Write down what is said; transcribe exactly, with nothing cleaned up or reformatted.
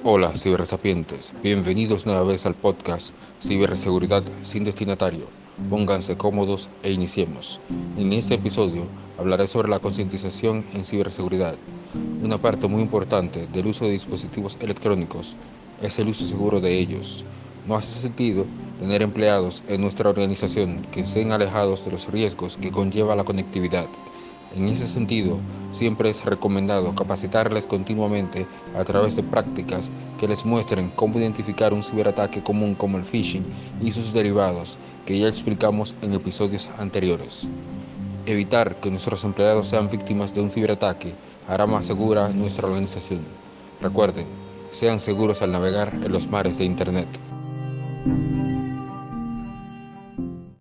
Hola, cibersapientes. Bienvenidos nueva vez al podcast Ciberseguridad sin destinatario. Pónganse cómodos e iniciemos. En este episodio hablaré sobre la concientización en ciberseguridad. Una parte muy importante del uso de dispositivos electrónicos es el uso seguro de ellos. No hace sentido tener empleados en nuestra organización que estén alejados de los riesgos que conlleva la conectividad. En ese sentido, siempre es recomendado capacitarles continuamente a través de prácticas que les muestren cómo identificar un ciberataque común como el phishing y sus derivados, que ya explicamos en episodios anteriores. Evitar que nuestros empleados sean víctimas de un ciberataque hará más segura nuestra organización. Recuerden, sean seguros al navegar en los mares de Internet.